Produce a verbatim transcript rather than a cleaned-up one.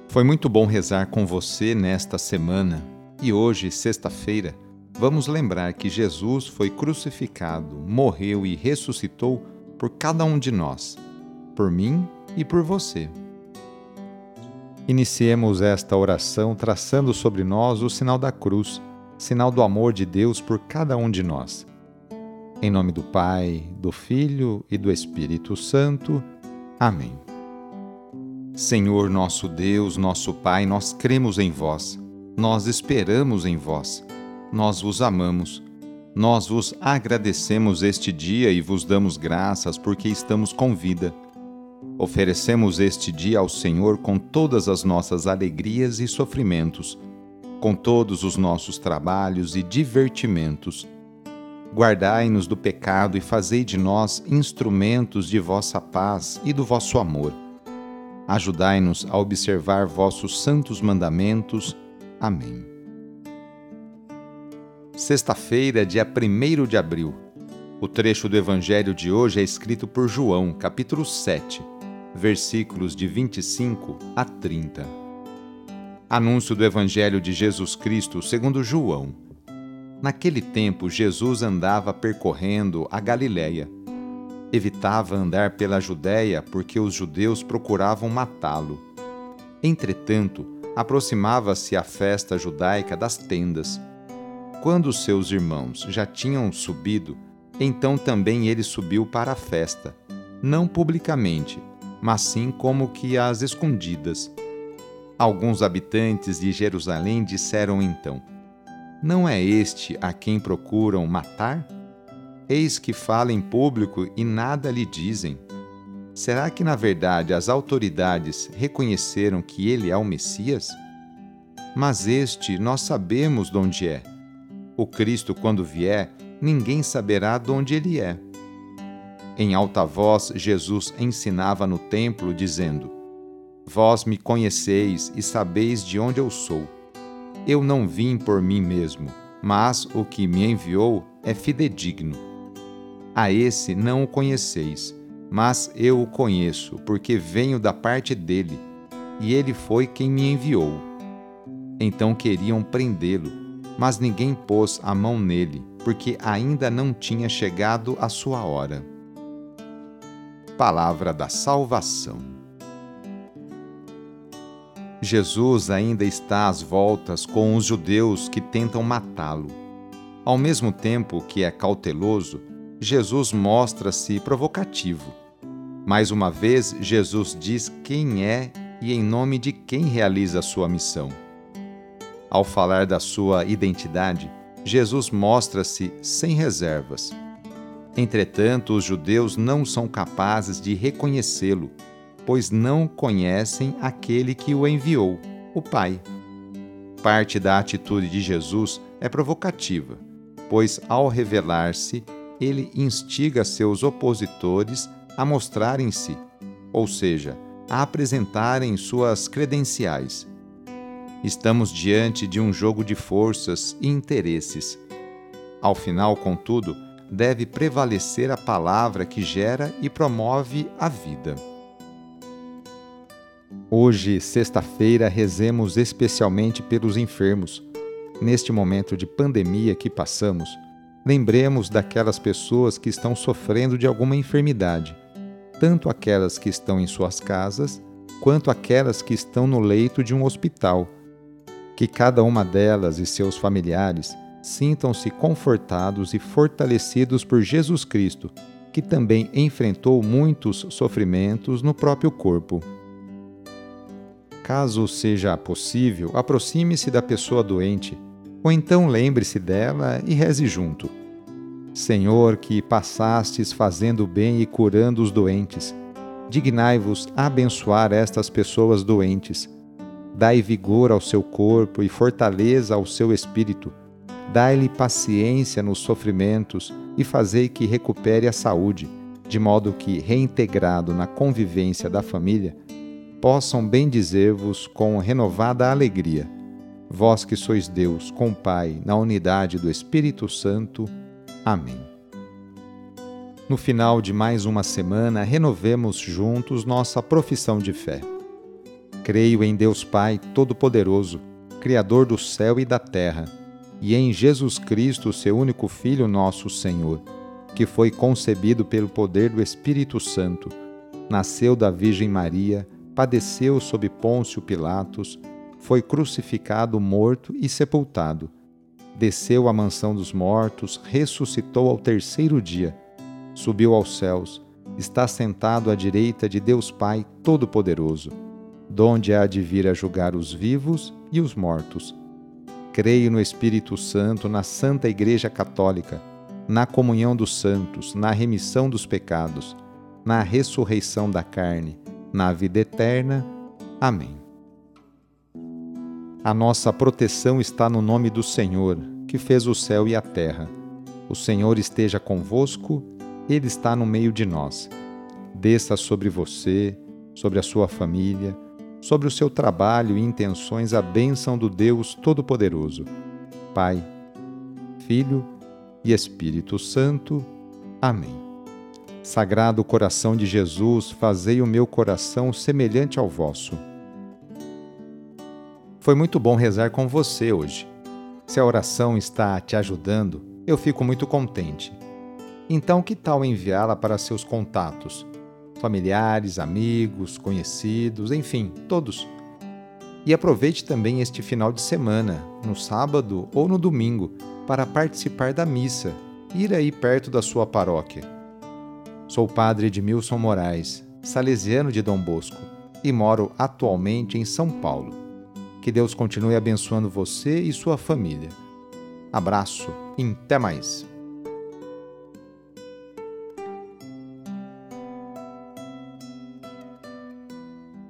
Foi muito bom rezar com você nesta semana e hoje, sexta-feira, vamos lembrar que Jesus foi crucificado, morreu e ressuscitou por cada um de nós, por mim e por você. Iniciemos esta oração traçando sobre nós o sinal da cruz, sinal do amor de Deus por cada um de nós. Em nome do Pai, do Filho e do Espírito Santo. Amém. Senhor nosso Deus, nosso Pai, nós cremos em vós, nós esperamos em vós, nós vos amamos, nós vos agradecemos este dia e vos damos graças porque estamos com vida. Oferecemos este dia ao Senhor com todas as nossas alegrias e sofrimentos, com todos os nossos trabalhos e divertimentos. Guardai-nos do pecado e fazei de nós instrumentos de vossa paz e do vosso amor. Ajudai-nos a observar vossos santos mandamentos. Amém. Sexta-feira, dia primeiro de abril. O trecho do Evangelho de hoje é escrito por João, capítulo sete, versículos de vinte e cinco a trinta. Anúncio do Evangelho de Jesus Cristo segundo João. Naquele tempo, Jesus andava percorrendo a Galiléia. Evitava andar pela Judéia porque os judeus procuravam matá-lo. Entretanto, aproximava-se a festa judaica das tendas. Quando seus irmãos já tinham subido, então também ele subiu para a festa, não publicamente, mas sim como que às escondidas. Alguns habitantes de Jerusalém disseram então: Não é este a quem procuram matar? Eis que fala em público e nada lhe dizem. Será que, na verdade, as autoridades reconheceram que ele é o Messias? Mas este nós sabemos de onde é. O Cristo, quando vier, ninguém saberá de onde ele é. Em alta voz, Jesus ensinava no templo, dizendo: Vós me conheceis e sabeis de onde eu sou. Eu não vim por mim mesmo, mas o que me enviou é fidedigno. A esse não o conheceis, mas eu o conheço, porque venho da parte dele, e ele foi quem me enviou. Então queriam prendê-lo, mas ninguém pôs a mão nele, porque ainda não tinha chegado a sua hora. Palavra da salvação. Jesus ainda está às voltas com os judeus que tentam matá-lo. Ao mesmo tempo que é cauteloso, Jesus mostra-se provocativo. Mais uma vez, Jesus diz quem é e em nome de quem realiza a sua missão. Ao falar da sua identidade, Jesus mostra-se sem reservas. Entretanto, os judeus não são capazes de reconhecê-lo, pois não conhecem aquele que o enviou, o Pai. Parte da atitude de Jesus é provocativa, pois ao revelar-se, ele instiga seus opositores a mostrarem-se, ou seja, a apresentarem suas credenciais. Estamos diante de um jogo de forças e interesses. Ao final, contudo, deve prevalecer a palavra que gera e promove a vida. Hoje, sexta-feira, rezemos especialmente pelos enfermos. Neste momento de pandemia que passamos, lembremos daquelas pessoas que estão sofrendo de alguma enfermidade, tanto aquelas que estão em suas casas, quanto aquelas que estão no leito de um hospital. Que cada uma delas e seus familiares sintam-se confortados e fortalecidos por Jesus Cristo, que também enfrentou muitos sofrimentos no próprio corpo. Caso seja possível, aproxime-se da pessoa doente, ou então lembre-se dela e reze junto. Senhor, que passastes fazendo bem e curando os doentes, dignai-vos abençoar estas pessoas doentes. Dai vigor ao seu corpo e fortaleza ao seu espírito. Dai-lhe paciência nos sofrimentos e fazei que recupere a saúde, de modo que, reintegrado na convivência da família, possam bendizer-vos com renovada alegria. Vós que sois Deus, com o Pai, na unidade do Espírito Santo. Amém. No final de mais uma semana, renovemos juntos nossa profissão de fé. Creio em Deus Pai Todo-Poderoso, Criador do céu e da terra, e em Jesus Cristo, seu único Filho, nosso Senhor, que foi concebido pelo poder do Espírito Santo, nasceu da Virgem Maria, padeceu sob Pôncio Pilatos, foi crucificado, morto e sepultado. Desceu à mansão dos mortos, ressuscitou ao terceiro dia, subiu aos céus, está sentado à direita de Deus Pai Todo-Poderoso, donde há de vir a julgar os vivos e os mortos. Creio no Espírito Santo, na Santa Igreja Católica, na comunhão dos santos, na remissão dos pecados, na ressurreição da carne, na vida eterna. Amém. A nossa proteção está no nome do Senhor, que fez o céu e a terra. O Senhor esteja convosco, Ele está no meio de nós. Desça sobre você, sobre a sua família, sobre o seu trabalho e intenções a bênção do Deus Todo-Poderoso, Pai, Filho e Espírito Santo. Amém. Sagrado coração de Jesus, fazei o meu coração semelhante ao vosso. Foi muito bom rezar com você hoje. Se a oração está te ajudando, eu fico muito contente. Então, que tal enviá-la para seus contatos? Familiares, amigos, conhecidos, enfim, todos. E aproveite também este final de semana, no sábado ou no domingo, para participar da missa, ir aí perto da sua paróquia. Sou o padre Edmilson Moraes, salesiano de Dom Bosco, e moro atualmente em São Paulo. Que Deus continue abençoando você e sua família. Abraço e até mais!